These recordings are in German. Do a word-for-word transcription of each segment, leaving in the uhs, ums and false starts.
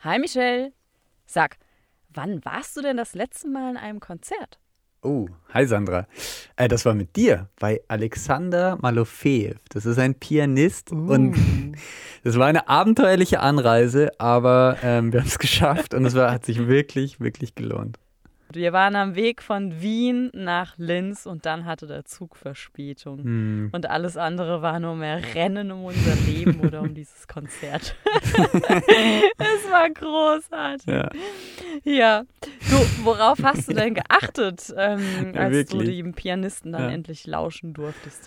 Hi Michelle. Sag, wann warst du denn das letzte Mal in einem Konzert? Oh, hi Sandra. Äh, das war mit dir bei Alexander Malofeev. Das ist ein Pianist Uh. und das war eine abenteuerliche Anreise, aber ähm, wir haben es geschafft und es war, hat sich wirklich, wirklich gelohnt. Wir waren am Weg von Wien nach Linz und dann hatte der Zug Verspätung. Hm. Und alles andere war nur mehr Rennen um unser Leben oder um dieses Konzert. Es war großartig. Ja. Ja. Du, worauf hast du denn geachtet, ähm, Ja, als du wirklich. dem Pianisten dann Ja. endlich lauschen durftest?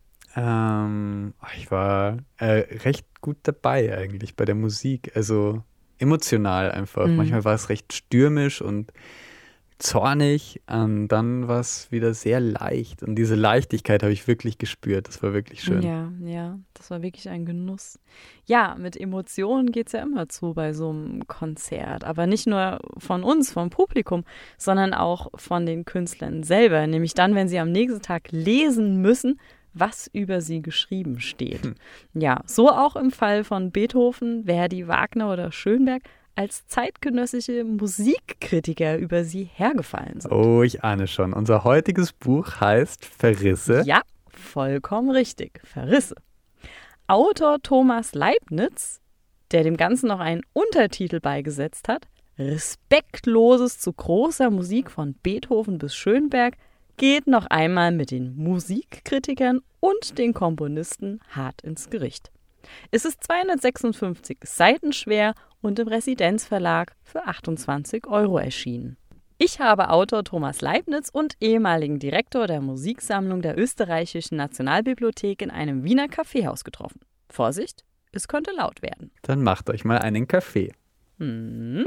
Ähm, ich war äh, recht gut dabei eigentlich bei der Musik. Also emotional einfach. Mhm. Manchmal war es recht stürmisch und zornig, und dann war es wieder sehr leicht. Und diese Leichtigkeit habe ich wirklich gespürt. Das war wirklich schön. Ja, ja, das war wirklich ein Genuss. Ja, mit Emotionen geht es ja immer zu bei so einem Konzert. Aber nicht nur von uns, vom Publikum, sondern auch von den Künstlern selber. Nämlich dann, wenn sie am nächsten Tag lesen müssen, was über sie geschrieben steht. Hm. Ja, so auch im Fall von Beethoven, Verdi, Wagner oder Schönberg, als zeitgenössische Musikkritiker über sie hergefallen sind. Oh, ich ahne schon. Unser heutiges Buch heißt Verrisse. Ja, vollkommen richtig. Verrisse. Autor Thomas Leibniz, der dem Ganzen noch einen Untertitel beigesetzt hat, Respektloses zu großer Musik von Beethoven bis Schönberg, geht noch einmal mit den Musikkritikern und den Komponisten hart ins Gericht. Es ist zweihundertsechsundfünfzig Seiten schwer und im Residenzverlag für achtundzwanzig Euro erschienen. Ich habe Autor Thomas Leibniz und ehemaligen Direktor der Musiksammlung der Österreichischen Nationalbibliothek in einem Wiener Kaffeehaus getroffen. Vorsicht, es könnte laut werden. Dann macht euch mal einen Kaffee. Hm.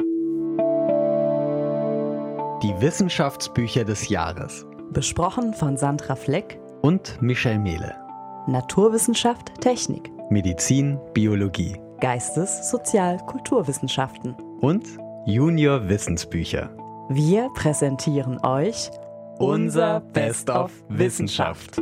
Die Wissenschaftsbücher des Jahres. Besprochen von Sandra Fleck Und Michel Mehle. Naturwissenschaft, Technik, Medizin, Biologie. Geistes-, Sozial-, Kulturwissenschaften. Und Junior Wissensbücher. Wir präsentieren euch Unser Best of Wissenschaft.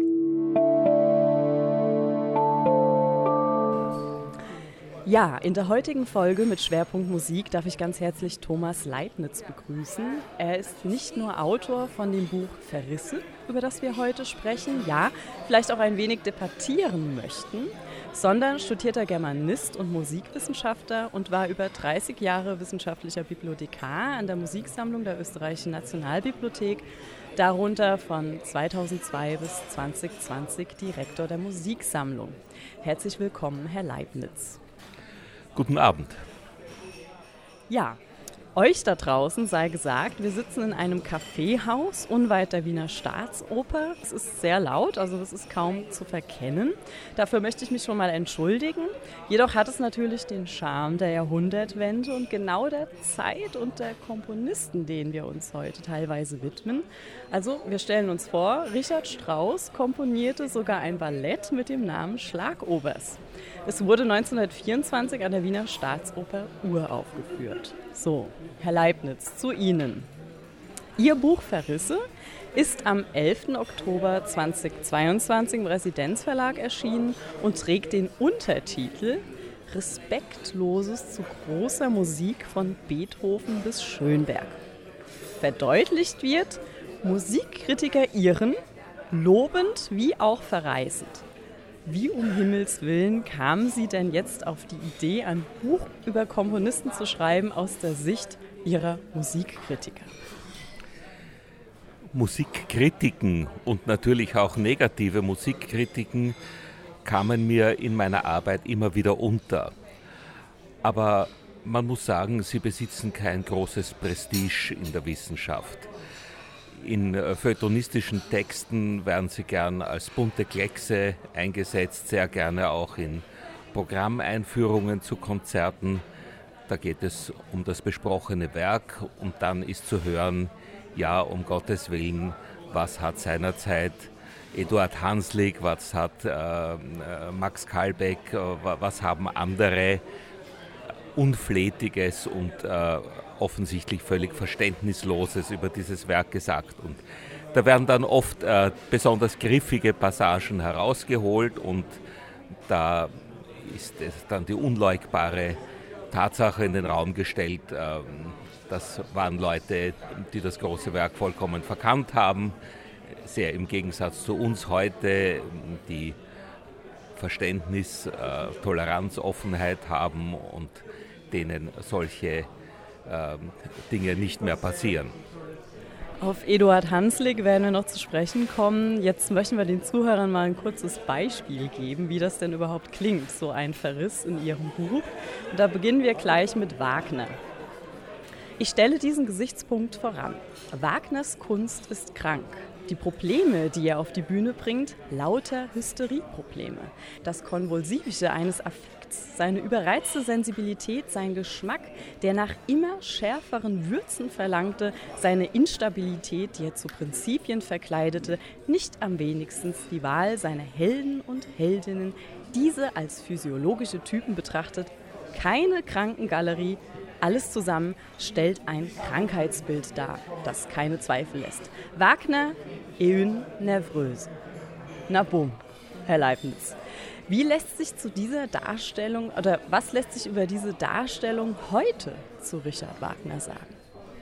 Ja, in der heutigen Folge mit Schwerpunkt Musik darf ich ganz herzlich Thomas Leibniz begrüßen. Er ist nicht nur Autor von dem Buch Verrisse, über das wir heute sprechen, ja, vielleicht auch ein wenig debattieren möchten, sondern studierter Germanist und Musikwissenschaftler und war über dreißig Jahre wissenschaftlicher Bibliothekar an der Musiksammlung der Österreichischen Nationalbibliothek, darunter von zweitausendzwei bis zwanzig zwanzig Direktor der Musiksammlung. Herzlich willkommen, Herr Leibniz. Guten Abend. Ja, euch da draußen sei gesagt, wir sitzen in einem Kaffeehaus unweit der Wiener Staatsoper. Es ist sehr laut, also es ist kaum zu verkennen. Dafür möchte ich mich schon mal entschuldigen. Jedoch hat es natürlich den Charme der Jahrhundertwende und genau der Zeit und der Komponisten, denen wir uns heute teilweise widmen. Also wir stellen uns vor, Richard Strauss komponierte sogar ein Ballett mit dem Namen Schlagobers. Es wurde neunzehnhundertvierundzwanzig an der Wiener Staatsoper uraufgeführt. So, Herr Leibniz, zu Ihnen. Ihr Buch Verrisse ist am elften Oktober zweitausendzweiundzwanzig im Residenzverlag erschienen und trägt den Untertitel Respektloses zu großer Musik von Beethoven bis Schönberg. Verdeutlicht wird, Musikkritiker irren, lobend wie auch verreißend. Wie um Himmels Willen kamen Sie denn jetzt auf die Idee, ein Buch über Komponisten zu schreiben aus der Sicht Ihrer Musikkritiker? Musikkritiken und natürlich auch negative Musikkritiken kamen mir in meiner Arbeit immer wieder unter. Aber man muss sagen, sie besitzen kein großes Prestige in der Wissenschaft. In feuilletonistischen Texten werden sie gern als bunte Kleckse eingesetzt, sehr gerne auch in Programmeinführungen zu Konzerten. Da geht es um das besprochene Werk und dann ist zu hören, ja, um Gottes Willen, was hat seinerzeit Eduard Hanslick, was hat äh, Max Kalbeck, äh, was haben andere Unflätiges und äh, offensichtlich völlig Verständnisloses über dieses Werk gesagt. Und da werden dann oft äh, besonders griffige Passagen herausgeholt und da ist es dann die unleugbare Tatsache in den Raum gestellt, das waren Leute, die das große Werk vollkommen verkannt haben, sehr im Gegensatz zu uns heute, die Verständnis, Toleranz, Offenheit haben und denen solche Dinge nicht mehr passieren. Auf Eduard Hanslick werden wir noch zu sprechen kommen. Jetzt möchten wir den Zuhörern mal ein kurzes Beispiel geben, wie das denn überhaupt klingt, so ein Verriss in ihrem Buch. Und da beginnen wir gleich mit Wagner. Ich stelle diesen Gesichtspunkt voran. Wagners Kunst ist krank. Die Probleme, die er auf die Bühne bringt, lauter Hysterieprobleme. Das Konvulsivische eines Affekts, seine überreizte Sensibilität, sein Geschmack, der nach immer schärferen Würzen verlangte, seine Instabilität, die er zu Prinzipien verkleidete, nicht am wenigsten die Wahl seiner Helden und Heldinnen, diese als physiologische Typen betrachtet, keine Krankengalerie. Alles zusammen stellt ein Krankheitsbild dar, das keine Zweifel lässt. Wagner, une nerveuse. Na bumm, Herr Leibniz. Wie lässt sich zu dieser Darstellung, oder was lässt sich über diese Darstellung heute zu Richard Wagner sagen?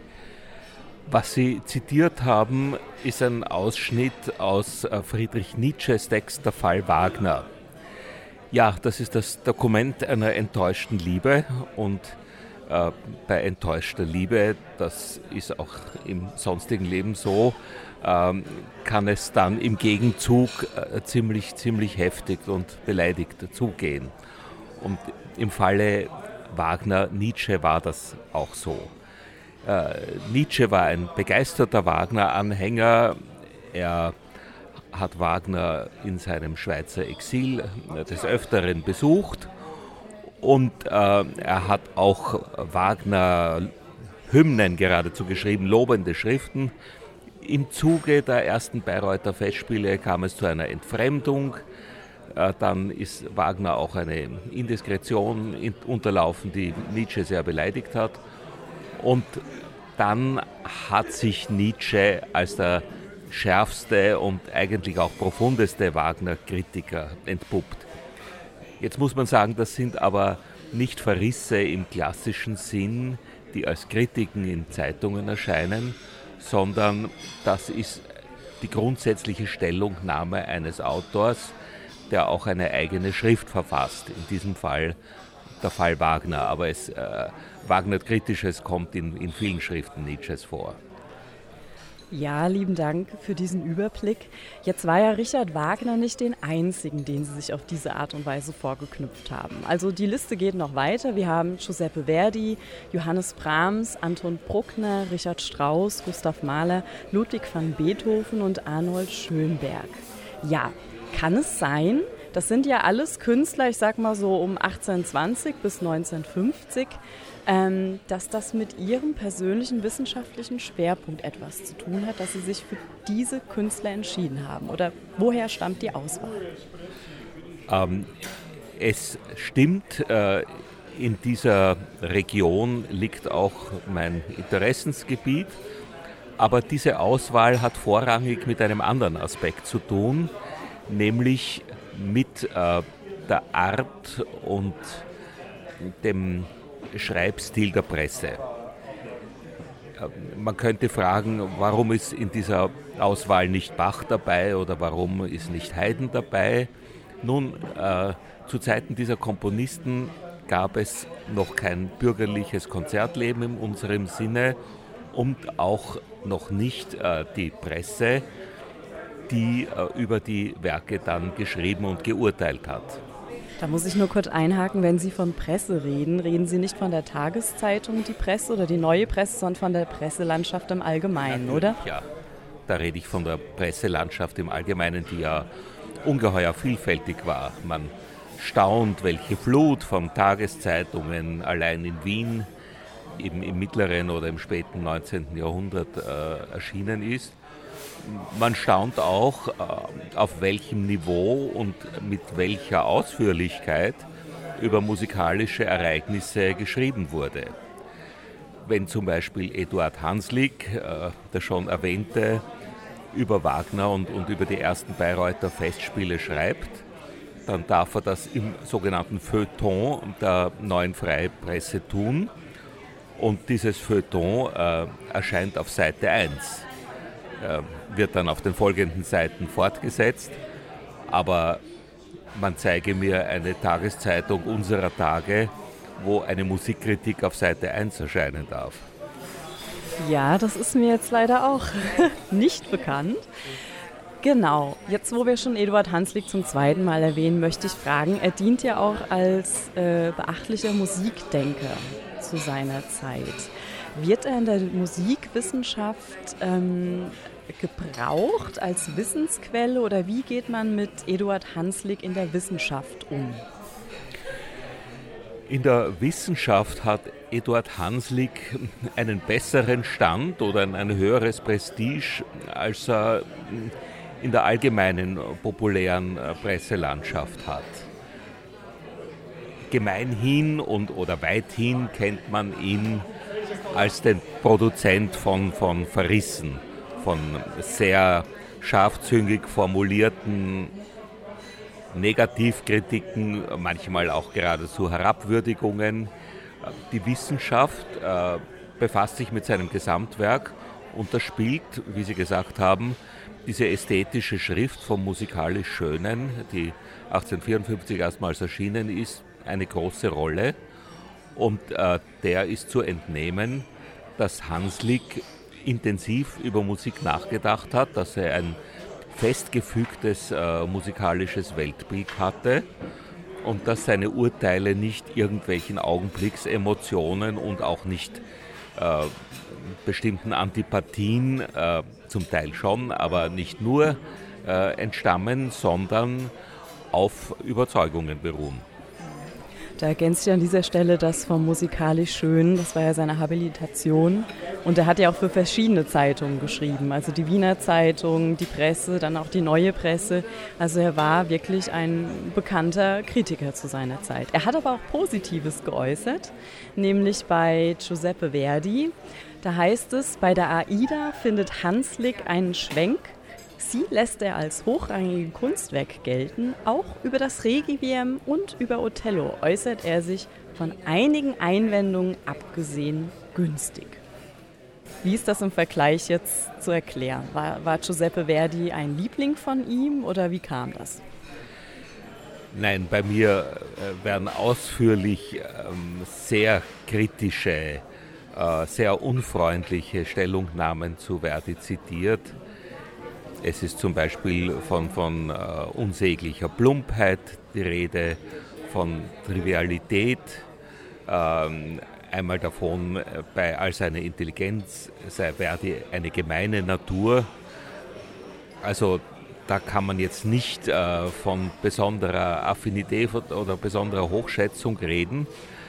Was Sie zitiert haben, ist ein Ausschnitt aus Friedrich Nietzsches Text Der Fall Wagner. Ja, das ist das Dokument einer enttäuschten Liebe und Äh, bei enttäuschter Liebe, das ist auch im sonstigen Leben so, ähm, kann es dann im Gegenzug äh, ziemlich, ziemlich heftig und beleidigt zugehen. Und im Falle Wagner, Nietzsche war das auch so. Äh, Nietzsche war ein begeisterter Wagner-Anhänger. Er hat Wagner in seinem Schweizer Exil des Öfteren besucht. Und äh, er hat auch Wagner-Hymnen geradezu geschrieben, lobende Schriften. Im Zuge der ersten Bayreuther Festspiele kam es zu einer Entfremdung. Äh, dann ist Wagner auch eine Indiskretion in, unterlaufen, die Nietzsche sehr beleidigt hat. Und dann hat sich Nietzsche als der schärfste und eigentlich auch profundeste Wagner-Kritiker entpuppt. Jetzt muss man sagen, das sind aber nicht Verrisse im klassischen Sinn, die als Kritiken in Zeitungen erscheinen, sondern das ist die grundsätzliche Stellungnahme eines Autors, der auch eine eigene Schrift verfasst. In diesem Fall der Fall Wagner, aber es, äh, Wagner-Kritisches kommt in, in vielen Schriften Nietzsches vor. Ja, lieben Dank für diesen Überblick. Jetzt war ja Richard Wagner nicht den einzigen, den Sie sich auf diese Art und Weise vorgeknüpft haben. Also die Liste geht noch weiter. Wir haben Giuseppe Verdi, Johannes Brahms, Anton Bruckner, Richard Strauss, Gustav Mahler, Ludwig van Beethoven und Arnold Schönberg. Ja, kann es sein, das sind ja alles Künstler, ich sag mal so um achtzehnhundertzwanzig bis neunzehnhundertfünfzig, Ähm, dass das mit Ihrem persönlichen wissenschaftlichen Schwerpunkt etwas zu tun hat, dass Sie sich für diese Künstler entschieden haben? Oder woher stammt die Auswahl? Ähm, es stimmt, äh, in dieser Region liegt auch mein Interessensgebiet, aber diese Auswahl hat vorrangig mit einem anderen Aspekt zu tun, nämlich mit äh, der Art und dem Schreibstil der Presse. Man könnte fragen, warum ist in dieser Auswahl nicht Bach dabei oder warum ist nicht Haydn dabei? Nun, äh, zu Zeiten dieser Komponisten gab es noch kein bürgerliches Konzertleben in unserem Sinne und auch noch nicht äh, die Presse, die äh, über die Werke dann geschrieben und geurteilt hat. Da muss ich nur kurz einhaken, wenn Sie von Presse reden, reden Sie nicht von der Tageszeitung, die Presse oder die neue Presse, sondern von der Presselandschaft im Allgemeinen, Natürlich, oder? Ja, da rede ich von der Presselandschaft im Allgemeinen, die ja ungeheuer vielfältig war. Man staunt, welche Flut von Tageszeitungen allein in Wien eben im mittleren oder im späten neunzehnten Jahrhundert äh, erschienen ist. Man staunt auch, auf welchem Niveau und mit welcher Ausführlichkeit über musikalische Ereignisse geschrieben wurde. Wenn zum Beispiel Eduard Hanslick, der schon erwähnte, über Wagner und, und über die ersten Bayreuther Festspiele schreibt, dann darf er das im sogenannten Feuilleton der Neuen Freien Presse tun. Und dieses Feuilleton äh, erscheint auf Seite eins, äh, wird dann auf den folgenden Seiten fortgesetzt, aber man zeige mir eine Tageszeitung unserer Tage, wo eine Musikkritik auf Seite eins erscheinen darf. Ja, das ist mir jetzt leider auch nicht bekannt. Genau, jetzt wo wir schon Eduard Hanslick zum zweiten Mal erwähnen, möchte ich fragen, er dient ja auch als äh, beachtlicher Musikdenker zu seiner Zeit. Wird er in der Musikwissenschaft ähm, gebraucht als Wissensquelle oder wie geht man mit Eduard Hanslick in der Wissenschaft um? In der Wissenschaft hat Eduard Hanslick einen besseren Stand oder ein höheres Prestige, als er in der allgemeinen populären Presselandschaft hat. Gemeinhin und oder weithin kennt man ihn als den Produzent von, von Verrissen, von sehr scharfzüngig formulierten Negativkritiken, manchmal auch geradezu Herabwürdigungen. Die Wissenschaft äh, befasst sich mit seinem Gesamtwerk und das spielt, wie Sie gesagt haben, diese ästhetische Schrift vom musikalisch Schönen, die achtzehnhundertvierundfünfzig erstmals erschienen ist, eine große Rolle. Und äh, der ist zu entnehmen, dass Hanslick intensiv über Musik nachgedacht hat, dass er ein festgefügtes äh, musikalisches Weltbild hatte und dass seine Urteile nicht irgendwelchen Augenblicksemotionen und auch nicht äh, bestimmten Antipathien, äh, zum Teil schon, aber nicht nur äh, entstammen, sondern auf Überzeugungen beruhen. Da ergänzt ja an dieser Stelle das vom musikalisch Schön, das war ja seine Habilitation und er hat ja auch für verschiedene Zeitungen geschrieben, also die Wiener Zeitung, die Presse, dann auch die Neue Presse, also er war wirklich ein bekannter Kritiker zu seiner Zeit. Er hat aber auch Positives geäußert, nämlich bei Giuseppe Verdi, da heißt es, bei der Aida findet Hanslick einen Schwenk. Sie lässt er als hochrangige Kunstwerk gelten. Auch über das Requiem und über Othello äußert er sich von einigen Einwendungen abgesehen günstig. Wie ist das im Vergleich jetzt zu erklären? War, war Giuseppe Verdi ein Liebling von ihm oder wie kam das? Nein, bei mir werden ausführlich ähm, sehr kritische, äh, sehr unfreundliche Stellungnahmen zu Verdi zitiert. Es ist zum Beispiel von, von äh, unsäglicher Plumpheit die Rede, von Trivialität, ähm, einmal davon, äh, bei all seiner Intelligenz sei Verdi eine gemeine Natur. Also da kann man jetzt nicht äh, von besonderer Affinität oder besonderer Hochschätzung reden.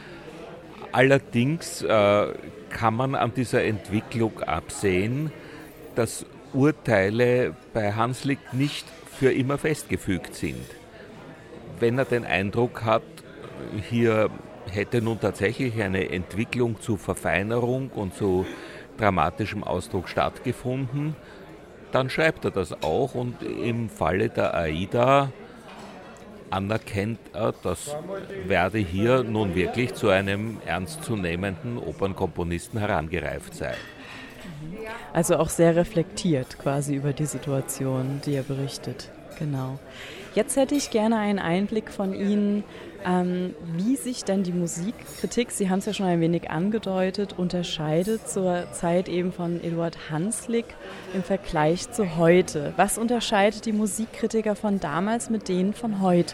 Allerdings äh, kann man an dieser Entwicklung absehen, dass Urteile bei Hanslick nicht für immer festgefügt sind. Wenn er den Eindruck hat, hier hätte nun tatsächlich eine Entwicklung zu Verfeinerung und zu dramatischem Ausdruck stattgefunden, dann schreibt er das auch und im Falle der Aida anerkennt er, dass Verdi hier nun wirklich zu einem ernstzunehmenden Opernkomponisten herangereift sei. Also auch sehr reflektiert quasi über die Situation, die er berichtet. Genau. Jetzt hätte ich gerne einen Einblick von Ihnen, ähm, wie sich denn die Musikkritik, Sie haben es ja schon ein wenig angedeutet, unterscheidet zur Zeit eben von Eduard Hanslick im Vergleich zu heute. Was unterscheidet die Musikkritiker von damals mit denen von heute?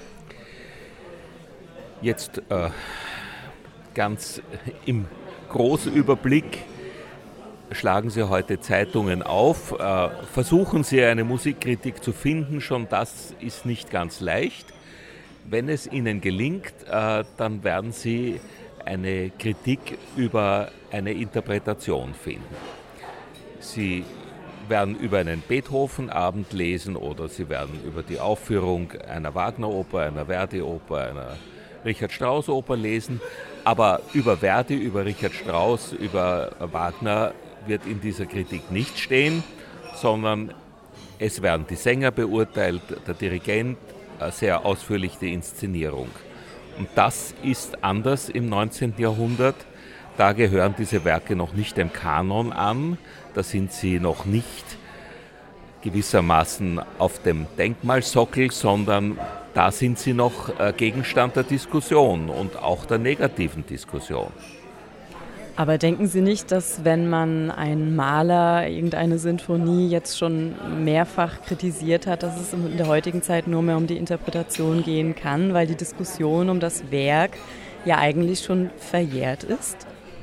Jetzt äh, ganz im großen Überblick. Schlagen Sie heute Zeitungen auf, äh, versuchen Sie eine Musikkritik zu finden, schon das ist nicht ganz leicht. Wenn es Ihnen gelingt, äh, dann werden Sie eine Kritik über eine Interpretation finden. Sie werden über einen Beethoven-Abend lesen oder Sie werden über die Aufführung einer Wagner-Oper, einer Verdi-Oper, einer Richard-Strauss-Oper lesen, aber über Verdi, über Richard Strauss, über Wagner wird in dieser Kritik nicht stehen, sondern es werden die Sänger beurteilt, der Dirigent, äh, sehr ausführlich die Inszenierung. Und das ist anders im neunzehnten Jahrhundert. Da gehören diese Werke noch nicht dem Kanon an, da sind sie noch nicht gewissermaßen auf dem Denkmalsockel, sondern da sind sie noch Gegenstand der Diskussion und auch der negativen Diskussion. Aber denken Sie nicht, dass wenn man einen Maler, irgendeine Sinfonie jetzt schon mehrfach kritisiert hat, dass es in der heutigen Zeit nur mehr um die Interpretation gehen kann, weil die Diskussion um das Werk ja eigentlich schon verjährt ist?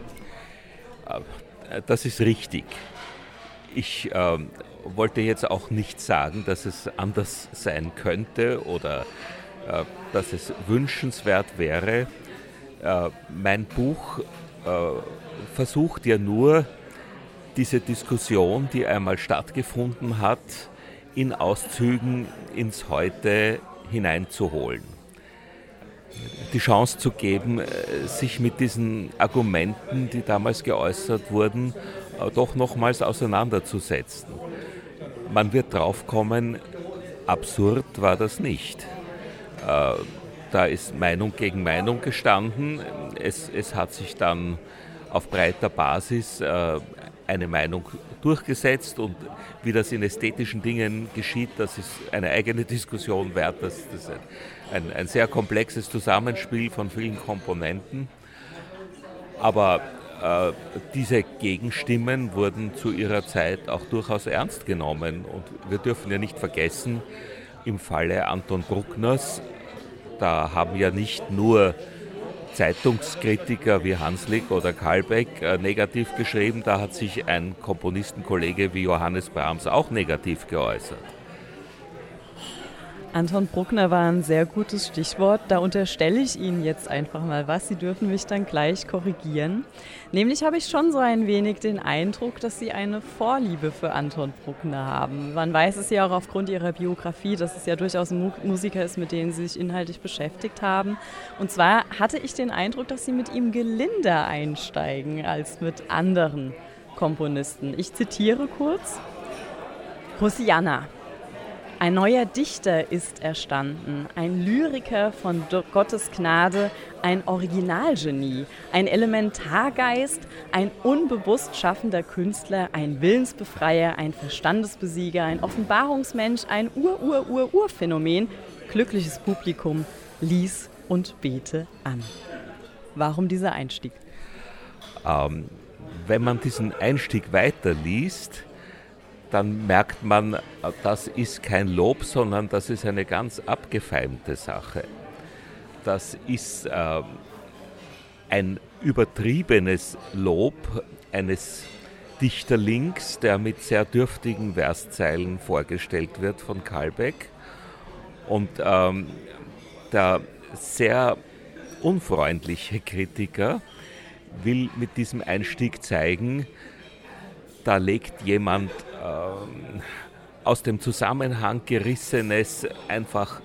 Das ist richtig. Ich äh, wollte jetzt auch nicht sagen, dass es anders sein könnte oder äh, dass es wünschenswert wäre. Äh, mein Buch äh, versucht ja nur, diese Diskussion, die einmal stattgefunden hat, in Auszügen ins Heute hineinzuholen. Die Chance zu geben, sich mit diesen Argumenten, die damals geäußert wurden, doch nochmals auseinanderzusetzen. Man wird draufkommen, absurd war das nicht. Da ist Meinung gegen Meinung gestanden. Es, es hat sich dann auf breiter Basis eine Meinung durchgesetzt und wie das in ästhetischen Dingen geschieht, das ist eine eigene Diskussion wert. Das, das ist ein, ein sehr komplexes Zusammenspiel von vielen Komponenten. Aber äh, diese Gegenstimmen wurden zu ihrer Zeit auch durchaus ernst genommen. Und wir dürfen ja nicht vergessen, im Falle Anton Bruckners, da haben ja nicht nur Zeitungskritiker wie Hanslick oder Kalbeck äh, negativ geschrieben, da hat sich ein Komponistenkollege wie Johannes Brahms auch negativ geäußert. Anton Bruckner war ein sehr gutes Stichwort. Da unterstelle ich Ihnen jetzt einfach mal was. Sie dürfen mich dann gleich korrigieren. Nämlich habe ich schon so ein wenig den Eindruck, dass Sie eine Vorliebe für Anton Bruckner haben. Man weiß es ja auch aufgrund Ihrer Biografie, dass es ja durchaus ein Musiker ist, mit dem Sie sich inhaltlich beschäftigt haben. Und zwar hatte ich den Eindruck, dass Sie mit ihm gelinder einsteigen als mit anderen Komponisten. Ich zitiere kurz: Hosianna. Ein neuer Dichter ist erstanden, ein Lyriker von Gottes Gnade, ein Originalgenie, ein Elementargeist, ein unbewusst schaffender Künstler, ein Willensbefreier, ein Verstandesbesieger, ein Offenbarungsmensch, ein Ur-Ur-Ur-Ur-Phänomen. Glückliches Publikum, lies und bete an. Warum dieser Einstieg? Ähm, wenn man diesen Einstieg weiterliest, dann merkt man, das ist kein Lob, sondern das ist eine ganz abgefeimte Sache. Das ist äh, ein übertriebenes Lob eines Dichterlings, der mit sehr dürftigen Verszeilen vorgestellt wird von Kalbeck. Und ähm, der sehr unfreundliche Kritiker will mit diesem Einstieg zeigen, da legt jemand äh, aus dem Zusammenhang gerissenes, einfach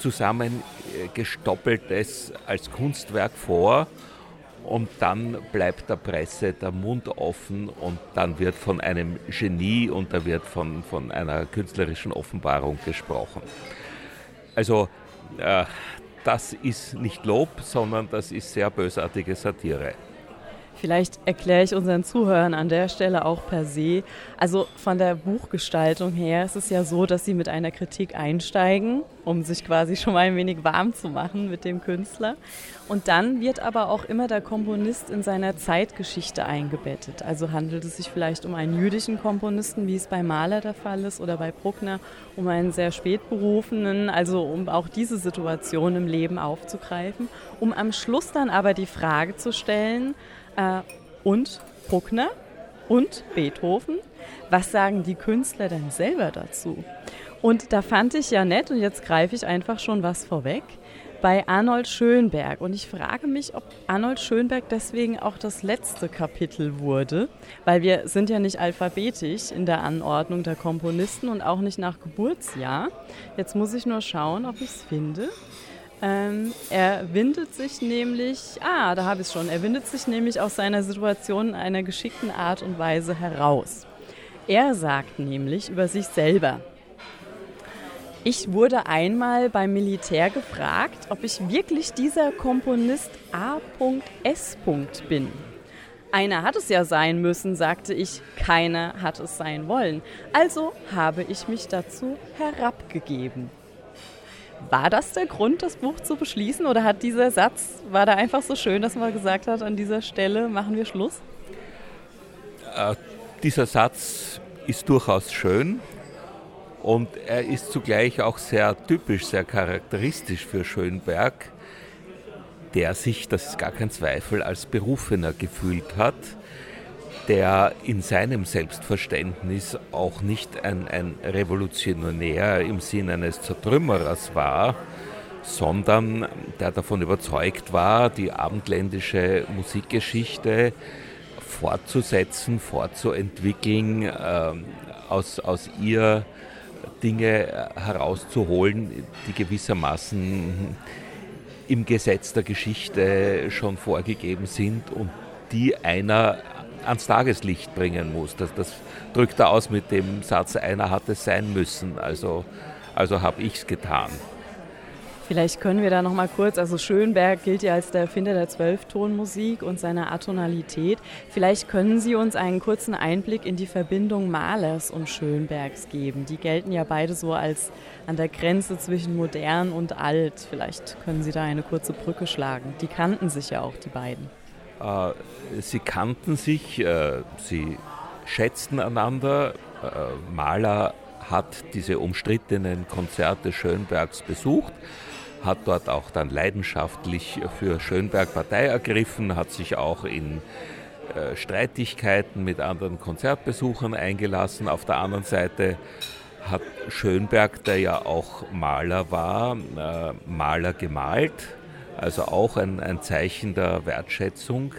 zusammengestoppeltes als Kunstwerk vor und dann bleibt der Presse der Mund offen und dann wird von einem Genie und da wird von, von einer künstlerischen Offenbarung gesprochen. Also äh, das ist nicht Lob, sondern das ist sehr bösartige Satire. Vielleicht erkläre ich unseren Zuhörern an der Stelle auch per se. Also von der Buchgestaltung her ist es ja so, dass Sie mit einer Kritik einsteigen, um sich quasi schon mal ein wenig warm zu machen mit dem Künstler. Und dann wird aber auch immer der Komponist in seiner Zeitgeschichte eingebettet. Also handelt es sich vielleicht um einen jüdischen Komponisten, wie es bei Mahler der Fall ist, oder bei Bruckner um einen sehr spätberufenen, also um auch diese Situation im Leben aufzugreifen, um am Schluss dann aber die Frage zu stellen, äh, und Bruckner und Beethoven, was sagen die Künstler denn selber dazu? Und da fand ich ja nett, und jetzt greife ich einfach schon was vorweg, bei Arnold Schönberg. Und ich frage mich, ob Arnold Schönberg deswegen auch das letzte Kapitel wurde, weil wir sind ja nicht alphabetisch in der Anordnung der Komponisten und auch nicht nach Geburtsjahr. Jetzt muss ich nur schauen, ob ich es finde. Ähm, er windet sich nämlich, ah, da habe ich es schon, er windet sich nämlich aus seiner Situation in einer geschickten Art und Weise heraus. Er sagt nämlich über sich selber: Ich wurde einmal beim Militär gefragt, ob ich wirklich dieser Komponist A S bin. Einer hat es ja sein müssen, sagte ich, keiner hat es sein wollen. Also habe ich mich dazu herabgegeben. War das der Grund, das Buch zu beschließen, oder hat dieser Satz, war da einfach so schön, dass man gesagt hat, an dieser Stelle machen wir Schluss? Äh, dieser Satz ist durchaus schön und er ist zugleich auch sehr typisch, sehr charakteristisch für Schönberg, der sich, das ist gar kein Zweifel, als Berufener gefühlt hat, der in seinem Selbstverständnis auch nicht ein, ein Revolutionär im Sinne eines Zertrümmerers war, sondern der davon überzeugt war, die abendländische Musikgeschichte fortzusetzen, fortzuentwickeln, äh, aus, aus ihr Dinge herauszuholen, die gewissermaßen im Gesetz der Geschichte schon vorgegeben sind und die einer ans Tageslicht bringen muss. Das, das drückt er aus mit dem Satz, einer hat es sein müssen, also, also habe ich es getan. Vielleicht können wir da noch mal kurz, also Schönberg gilt ja als der Erfinder der Zwölftonmusik und seiner Atonalität. Vielleicht können Sie uns einen kurzen Einblick in die Verbindung Mahlers und Schönbergs geben. Die gelten ja beide so als an der Grenze zwischen modern und alt. Vielleicht können Sie da eine kurze Brücke schlagen. Die kannten sich ja auch, die beiden. Äh, sie kannten sich, äh, sie schätzten einander. Äh, Mahler hat diese umstrittenen Konzerte Schönbergs besucht, hat dort auch dann leidenschaftlich für Schönberg Partei ergriffen, hat sich auch in äh, Streitigkeiten mit anderen Konzertbesuchern eingelassen. Auf der anderen Seite hat Schönberg, der ja auch Maler war, äh, Maler gemalt, also auch ein, ein Zeichen der Wertschätzung.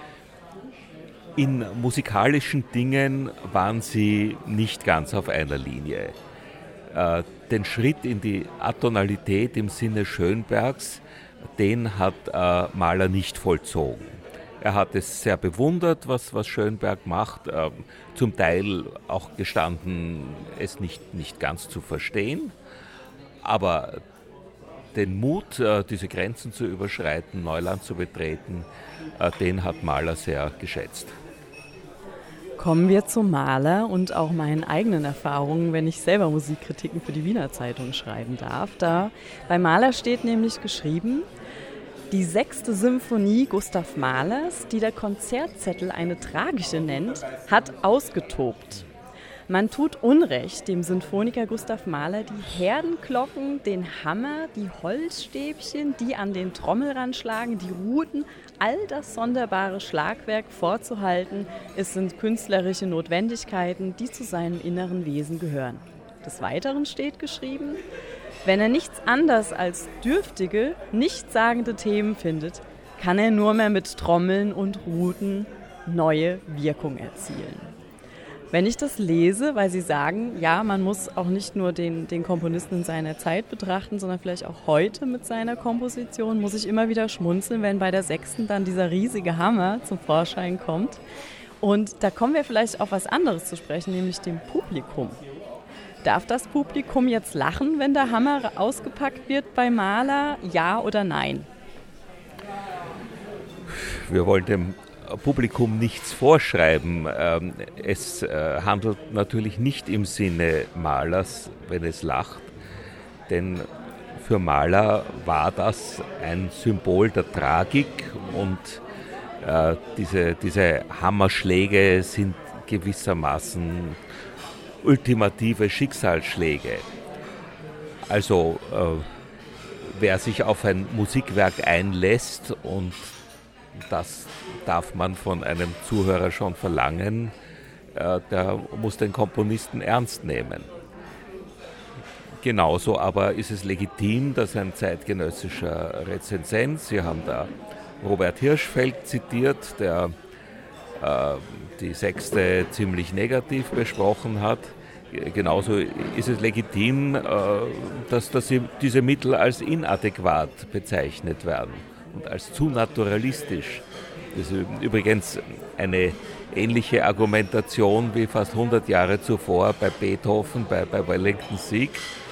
In musikalischen Dingen waren sie nicht ganz auf einer Linie. Äh, den Schritt in die Atonalität im Sinne Schönbergs, den hat äh, Mahler nicht vollzogen. Er hat es sehr bewundert, was, was Schönberg macht, äh, zum Teil auch gestanden, es nicht, nicht ganz zu verstehen, aber den Mut, äh, diese Grenzen zu überschreiten, Neuland zu betreten, äh, den hat Mahler sehr geschätzt. Kommen wir zum Mahler und auch meinen eigenen Erfahrungen, wenn ich selber Musikkritiken für die Wiener Zeitung schreiben darf. Da bei Mahler steht nämlich geschrieben, die sechste Symphonie Gustav Mahlers, die der Konzertzettel eine tragische nennt, hat ausgetobt. Man tut Unrecht dem Sinfoniker Gustav Mahler, die Herdenglocken, den Hammer, die Holzstäbchen, die an den Trommelrand schlagen, die Ruten, all das sonderbare Schlagwerk vorzuhalten. Es sind künstlerische Notwendigkeiten, die zu seinem inneren Wesen gehören. Des Weiteren steht geschrieben, wenn er nichts anderes als dürftige, nichtssagende Themen findet, kann er nur mehr mit Trommeln und Ruten neue Wirkung erzielen. Wenn ich das lese, weil Sie sagen, ja, man muss auch nicht nur den, den Komponisten in seiner Zeit betrachten, sondern vielleicht auch heute mit seiner Komposition, muss ich immer wieder schmunzeln, wenn bei der sechsten dann dieser riesige Hammer zum Vorschein kommt. Und da kommen wir vielleicht auf was anderes zu sprechen, nämlich dem Publikum. Darf das Publikum jetzt lachen, wenn der Hammer ausgepackt wird bei Mahler? Ja oder nein? Wir wollen dem Publikum nichts vorschreiben. Es handelt natürlich nicht im Sinne Mahlers, wenn es lacht, denn für Mahler war das ein Symbol der Tragik und diese, diese Hammerschläge sind gewissermaßen ultimative Schicksalsschläge. Also wer sich auf ein Musikwerk einlässt, und das darf man von einem Zuhörer schon verlangen, äh, der muss den Komponisten ernst nehmen. Genauso aber ist es legitim, dass ein zeitgenössischer Rezensent, Sie haben da Robert Hirschfeld zitiert, der äh, die Sechste ziemlich negativ besprochen hat, genauso ist es legitim, äh, dass, dass diese Mittel als inadäquat bezeichnet werden und als zu naturalistisch. Das ist übrigens eine ähnliche Argumentation wie fast hundert Jahre zuvor bei Beethoven, bei, bei Wellington Sieg,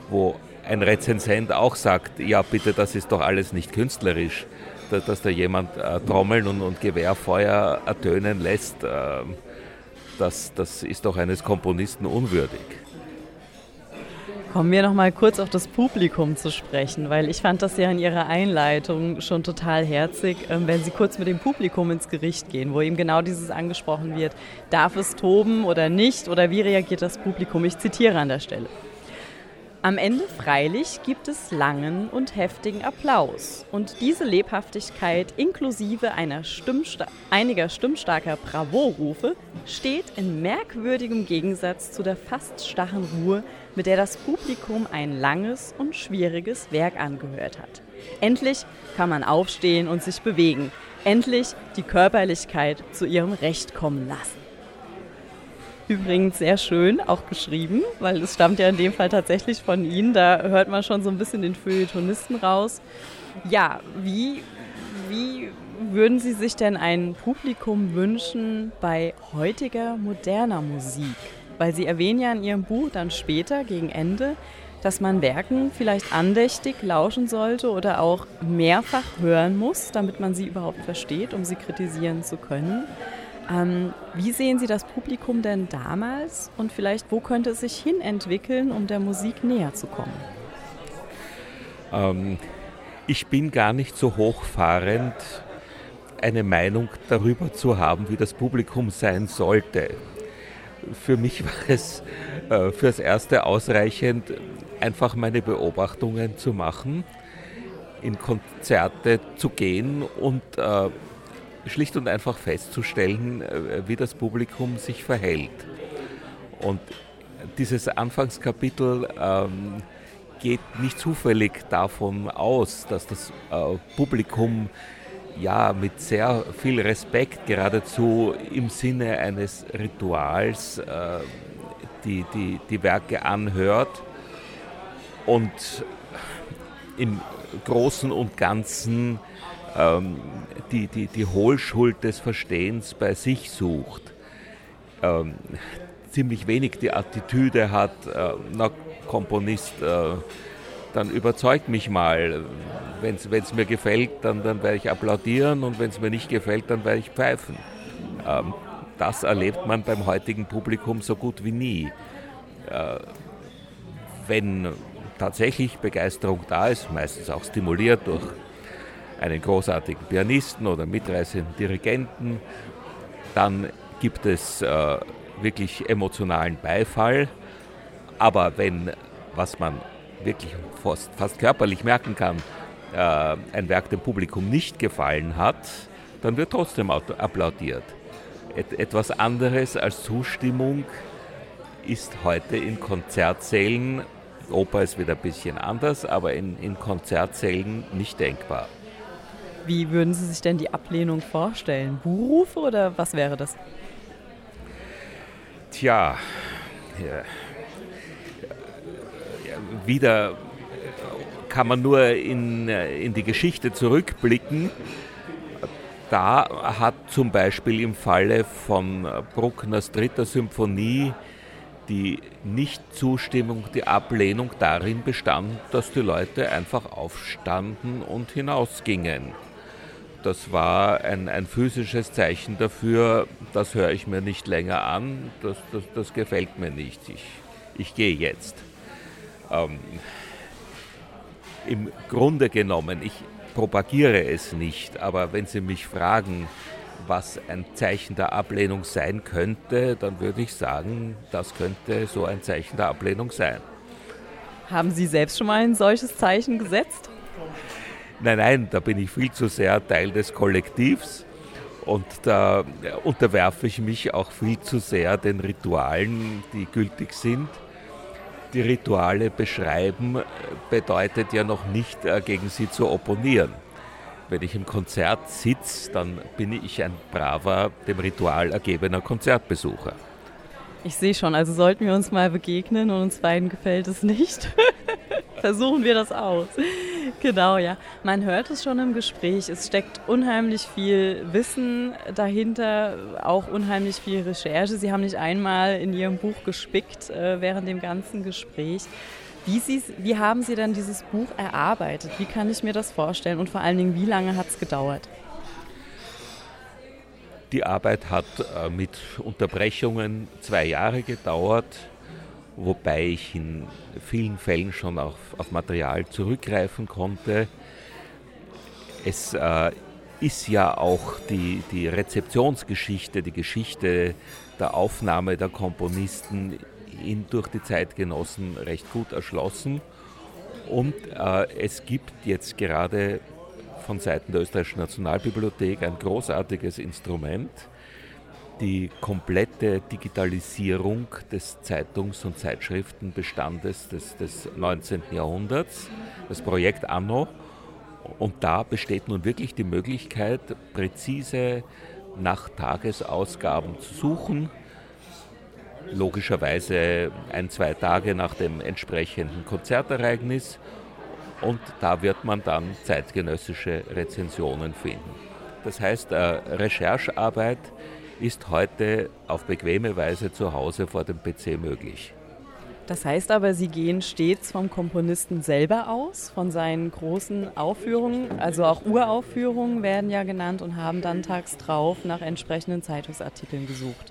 wo ein Rezensent auch sagt, ja bitte, das ist doch alles nicht künstlerisch, dass, dass da jemand äh, Trommeln und, und Gewehrfeuer ertönen lässt, äh, das, das ist doch eines Komponisten unwürdig. Kommen wir noch mal kurz auf das Publikum zu sprechen, weil ich fand das ja in Ihrer Einleitung schon total herzig, wenn Sie kurz mit dem Publikum ins Gericht gehen, wo eben genau dieses angesprochen wird, darf es toben oder nicht oder wie reagiert das Publikum? Ich zitiere an der Stelle. Am Ende freilich gibt es langen und heftigen Applaus und diese Lebhaftigkeit inklusive einer Stimmsta- einiger stimmstarker Bravo-Rufe steht in merkwürdigem Gegensatz zu der fast starren Ruhe, mit der das Publikum ein langes und schwieriges Werk angehört hat. Endlich kann man aufstehen und sich bewegen, endlich die Körperlichkeit zu ihrem Recht kommen lassen. Übrigens sehr schön, auch geschrieben, weil es stammt ja in dem Fall tatsächlich von Ihnen. Da hört man schon so ein bisschen den Feuilletonisten raus. Ja, wie, wie würden Sie sich denn ein Publikum wünschen bei heutiger, moderner Musik? Weil Sie erwähnen ja in Ihrem Buch dann später, gegen Ende, dass man Werken vielleicht andächtig lauschen sollte oder auch mehrfach hören muss, damit man sie überhaupt versteht, um sie kritisieren zu können. Ähm, wie sehen Sie das Publikum denn damals und vielleicht wo könnte es sich hin entwickeln, um der Musik näher zu kommen? Ähm, ich bin gar nicht so hochfahrend, eine Meinung darüber zu haben, wie das Publikum sein sollte. Für mich war es äh, fürs Erste ausreichend, einfach meine Beobachtungen zu machen, in Konzerte zu gehen und äh, schlicht und einfach festzustellen, wie das Publikum sich verhält. Und dieses Anfangskapitel ähm, geht nicht zufällig davon aus, dass das äh, Publikum ja mit sehr viel Respekt, geradezu im Sinne eines Rituals, äh, die, die, die Werke anhört und im Großen und Ganzen Die, die, die Hohlschuld des Verstehens bei sich sucht, ähm, ziemlich wenig die Attitüde hat, äh, na Komponist, äh, dann überzeugt mich mal, wenn es mir gefällt, dann, dann werde ich applaudieren und wenn es mir nicht gefällt, dann werde ich pfeifen. Ähm, das erlebt man beim heutigen Publikum so gut wie nie. Äh, wenn tatsächlich Begeisterung da ist, meistens auch stimuliert durch einen großartigen Pianisten oder mitreißenden Dirigenten, dann gibt es äh, wirklich emotionalen Beifall. Aber wenn, was man wirklich fast, fast körperlich merken kann, äh, ein Werk dem Publikum nicht gefallen hat, dann wird trotzdem applaudiert. Et, etwas anderes als Zustimmung ist heute in Konzertsälen, Oper ist wieder ein bisschen anders, aber in, in Konzertsälen nicht denkbar. Wie würden Sie sich denn die Ablehnung vorstellen? Buhrufe oder was wäre das? Tja, ja, wieder kann man nur in, in die Geschichte zurückblicken. Da hat zum Beispiel im Falle von Bruckners dritter Symphonie die Nichtzustimmung, die Ablehnung darin bestand, dass die Leute einfach aufstanden und hinausgingen. Das war ein, ein physisches Zeichen dafür, das höre ich mir nicht länger an, das, das, das gefällt mir nicht, ich, ich gehe jetzt. Ähm, Im Grunde genommen, ich propagiere es nicht, aber wenn Sie mich fragen, was ein Zeichen der Ablehnung sein könnte, dann würde ich sagen, das könnte so ein Zeichen der Ablehnung sein. Haben Sie selbst schon mal ein solches Zeichen gesetzt? Nein, nein, da bin ich viel zu sehr Teil des Kollektivs und da unterwerfe ich mich auch viel zu sehr den Ritualen, die gültig sind. Die Rituale beschreiben bedeutet ja noch nicht, gegen sie zu opponieren. Wenn ich im Konzert sitze, dann bin ich ein braver, dem Ritual ergebener Konzertbesucher. Ich sehe schon, also sollten wir uns mal begegnen und uns beiden gefällt es nicht. Versuchen wir das aus. Genau, ja. Man hört es schon im Gespräch. Es steckt unheimlich viel Wissen dahinter, auch unheimlich viel Recherche. Sie haben nicht einmal in Ihrem Buch gespickt äh, während dem ganzen Gespräch. Wie, Sie, wie haben Sie denn dieses Buch erarbeitet? Wie kann ich mir das vorstellen? Und vor allen Dingen, wie lange hat es gedauert? Die Arbeit hat äh, mit Unterbrechungen zwei Jahre gedauert, wobei ich in vielen Fällen schon auf, auf Material zurückgreifen konnte. Es äh, ist ja auch die, die Rezeptionsgeschichte, die Geschichte der Aufnahme der Komponisten in, durch die Zeitgenossen recht gut erschlossen. Und äh, es gibt jetzt gerade von Seiten der Österreichischen Nationalbibliothek ein großartiges Instrument, die komplette Digitalisierung des Zeitungs- und Zeitschriftenbestandes des, des neunzehnten Jahrhunderts, das Projekt Anno. Und da besteht nun wirklich die Möglichkeit, präzise nach Tagesausgaben zu suchen, logischerweise ein, zwei Tage nach dem entsprechenden Konzertereignis. Und da wird man dann zeitgenössische Rezensionen finden. Das heißt, äh, Recherchearbeit ist heute auf bequeme Weise zu Hause vor dem P C möglich. Das heißt aber, Sie gehen stets vom Komponisten selber aus, von seinen großen Aufführungen, also auch Uraufführungen werden ja genannt, und haben dann tags drauf nach entsprechenden Zeitungsartikeln gesucht.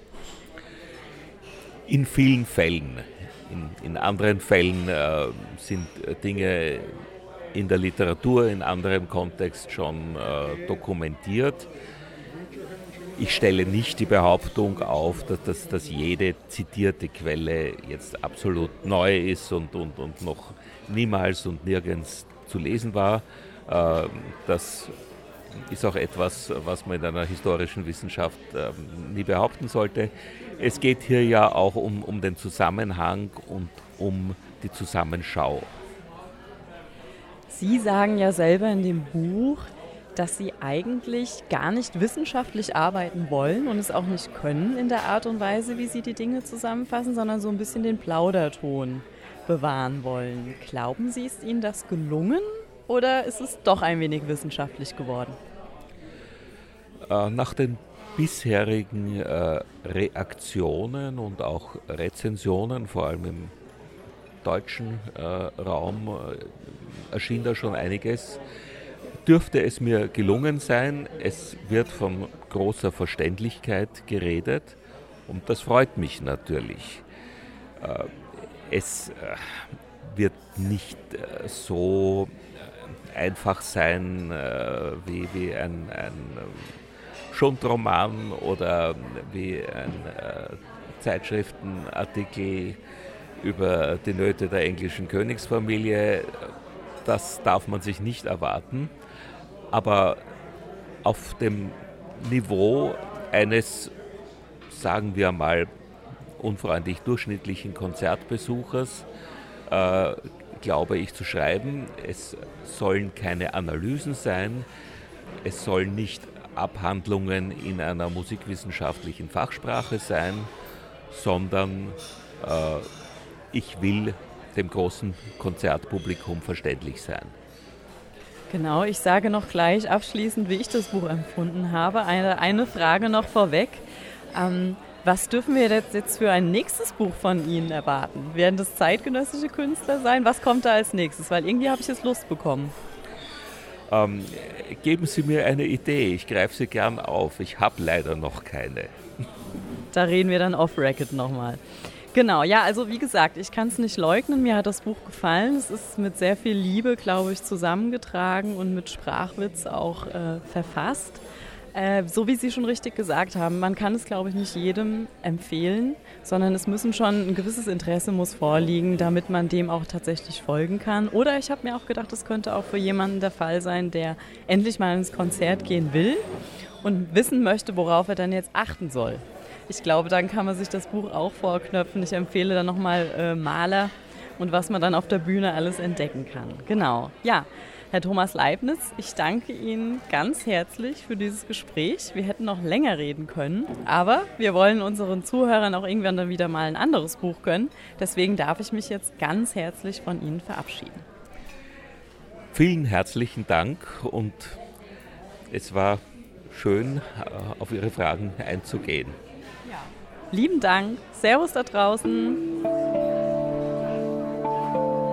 In vielen Fällen. In, in anderen Fällen äh, sind Dinge in der Literatur, in anderem Kontext schon äh, dokumentiert. Ich stelle nicht die Behauptung auf, dass, dass, dass jede zitierte Quelle jetzt absolut neu ist und, und, und noch niemals und nirgends zu lesen war. Äh, das ist auch etwas, was man in einer historischen Wissenschaft äh, nie behaupten sollte. Es geht hier ja auch um, um den Zusammenhang und um die Zusammenschau. Sie sagen ja selber in dem Buch, dass Sie eigentlich gar nicht wissenschaftlich arbeiten wollen und es auch nicht können in der Art und Weise, wie Sie die Dinge zusammenfassen, sondern so ein bisschen den Plauderton bewahren wollen. Glauben Sie, ist Ihnen das gelungen oder ist es doch ein wenig wissenschaftlich geworden? Äh, nach den bisherigen äh, Reaktionen und auch Rezensionen, vor allem im deutschen äh, Raum, äh, erschien da schon einiges. Dürfte es mir gelungen sein. Es wird von großer Verständlichkeit geredet und das freut mich natürlich. Äh, es äh, wird nicht äh, so einfach sein äh, wie, wie ein, ein Schundroman oder wie ein äh, Zeitschriftenartikel über die Nöte der englischen Königsfamilie. Das darf man sich nicht erwarten. Aber auf dem Niveau eines, sagen wir mal, unfreundlich durchschnittlichen Konzertbesuchers äh, glaube ich zu schreiben. Es sollen keine Analysen sein, es sollen nicht Abhandlungen in einer musikwissenschaftlichen Fachsprache sein, sondern äh, ich will dem großen Konzertpublikum verständlich sein. Genau, ich sage noch gleich abschließend, wie ich das Buch empfunden habe. Eine, eine Frage noch vorweg. Ähm, was dürfen wir jetzt, jetzt für ein nächstes Buch von Ihnen erwarten? Werden das zeitgenössische Künstler sein? Was kommt da als nächstes? Weil irgendwie habe ich jetzt Lust bekommen. Ähm, geben Sie mir eine Idee, ich greife sie gern auf. Ich habe leider noch keine. Da reden wir dann off-Record nochmal. Genau, ja, also wie gesagt, ich kann es nicht leugnen, mir hat das Buch gefallen. Es ist mit sehr viel Liebe, glaube ich, zusammengetragen und mit Sprachwitz auch äh, verfasst. Äh, so wie Sie schon richtig gesagt haben, man kann es, glaube ich, nicht jedem empfehlen, sondern es müssen schon ein gewisses Interesse muss vorliegen, damit man dem auch tatsächlich folgen kann. Oder ich habe mir auch gedacht, das könnte auch für jemanden der Fall sein, der endlich mal ins Konzert gehen will und wissen möchte, worauf er dann jetzt achten soll. Ich glaube, dann kann man sich das Buch auch vorknöpfen. Ich empfehle dann nochmal äh, Mahler und was man dann auf der Bühne alles entdecken kann. Genau, ja. Herr Thomas Leibniz, ich danke Ihnen ganz herzlich für dieses Gespräch. Wir hätten noch länger reden können, aber wir wollen unseren Zuhörern auch irgendwann dann wieder mal ein anderes Buch gönnen. Deswegen darf ich mich jetzt ganz herzlich von Ihnen verabschieden. Vielen herzlichen Dank und es war schön, auf Ihre Fragen einzugehen. Ja. Lieben Dank. Servus da draußen.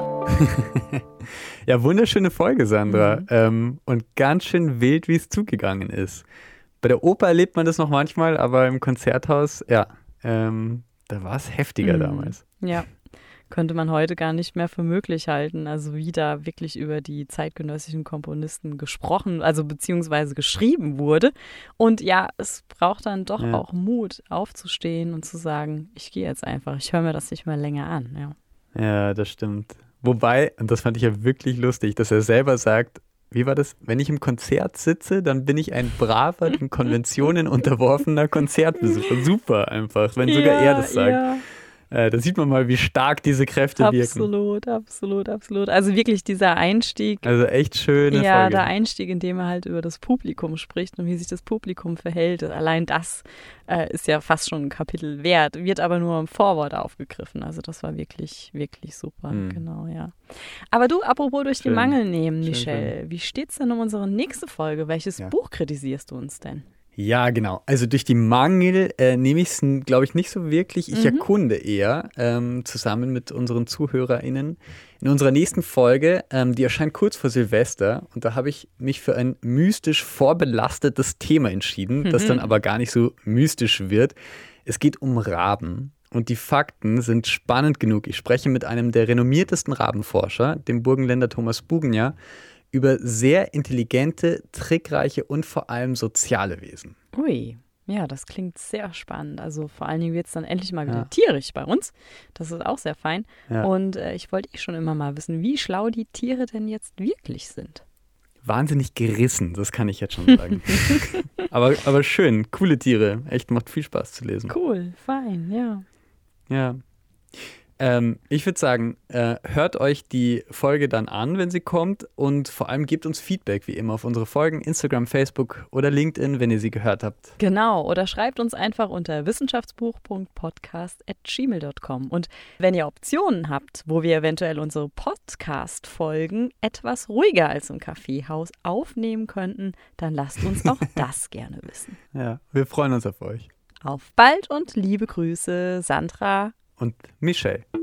Ja, wunderschöne Folge, Sandra. Mhm. Ähm, und ganz schön wild, wie es zugegangen ist. Bei der Oper erlebt man das noch manchmal, aber im Konzerthaus, ja, ähm, da war es heftiger Mhm. damals. Ja, könnte man heute gar nicht mehr für möglich halten. Also wie da wirklich über die zeitgenössischen Komponisten gesprochen, also beziehungsweise geschrieben wurde. Und ja, es braucht dann doch Ja. auch Mut, aufzustehen und zu sagen, ich gehe jetzt einfach, ich höre mir das nicht mehr länger an. Ja. Ja, das stimmt. Wobei, und das fand ich ja wirklich lustig, dass er selber sagt, wie war das? Wenn ich im Konzert sitze, dann bin ich ein braver, den Konventionen unterworfener Konzertbesucher. Super einfach, wenn sogar er das sagt. Ja. Äh, da sieht man mal, wie stark diese Kräfte wirken. Absolut, absolut, absolut. Also wirklich dieser Einstieg, Also echt schöne ja, Folge. der Einstieg, in dem er halt über das Publikum spricht und wie sich das Publikum verhält. Allein das äh, ist ja fast schon ein Kapitel wert, wird aber nur im Vorwort aufgegriffen. Also das war wirklich, wirklich super, Hm. genau, ja. Aber du, apropos durch Schön. die Mangel nehmen, Schön, Michelle, wie steht's denn um unsere nächste Folge? Welches Ja. Buch kritisierst du uns denn? Ja, genau. Also durch die Mangel äh, nehme ich es, glaube ich, nicht so wirklich. Ich Mhm. erkunde eher ähm, zusammen mit unseren ZuhörerInnen in unserer nächsten Folge. Ähm, die erscheint kurz vor Silvester und da habe ich mich für ein mystisch vorbelastetes Thema entschieden, das dann aber gar nicht so mystisch wird. Es geht um Raben. Und die Fakten sind spannend genug. Ich spreche mit einem der renommiertesten Rabenforscher, dem Burgenländer Thomas Buggenja, über sehr intelligente, trickreiche und vor allem soziale Wesen. Ui, ja, das klingt sehr spannend. Also vor allen Dingen wird es dann endlich mal wieder Ja. tierig bei uns. Das ist auch sehr fein. Ja. Und äh, ich wollte eh schon immer mal wissen, wie schlau die Tiere denn jetzt wirklich sind. Wahnsinnig gerissen, das kann ich jetzt schon sagen. aber, aber schön, coole Tiere. Echt, macht viel Spaß zu lesen. Cool, fein, ja. Ja. Ähm, ich würde sagen, äh, hört euch die Folge dann an, wenn sie kommt und vor allem gebt uns Feedback, wie immer, auf unsere Folgen, Instagram, Facebook oder LinkedIn, wenn ihr sie gehört habt. Genau, oder schreibt uns einfach unter wissenschaftsbuch punkt podcast at gmail punkt com. Und wenn ihr Optionen habt, wo wir eventuell unsere Podcast-Folgen etwas ruhiger als im Kaffeehaus aufnehmen könnten, dann lasst uns auch das gerne wissen. Ja, wir freuen uns auf euch. Auf bald und liebe Grüße, Sandra. Und Michelle.